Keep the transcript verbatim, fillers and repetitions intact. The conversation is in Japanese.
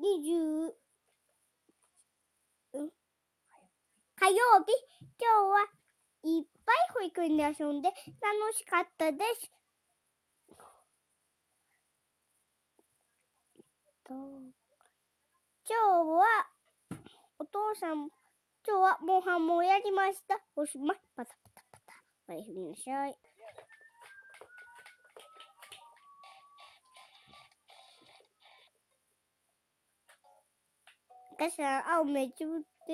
にじゅう、うん、火曜日、今日はいっぱい保育園で遊んで楽しかったです。今日はお父さん、今日はモンハンもやりました。おしまい。パタパタパタ。おやすみなさい。赤さん、青めっちゃ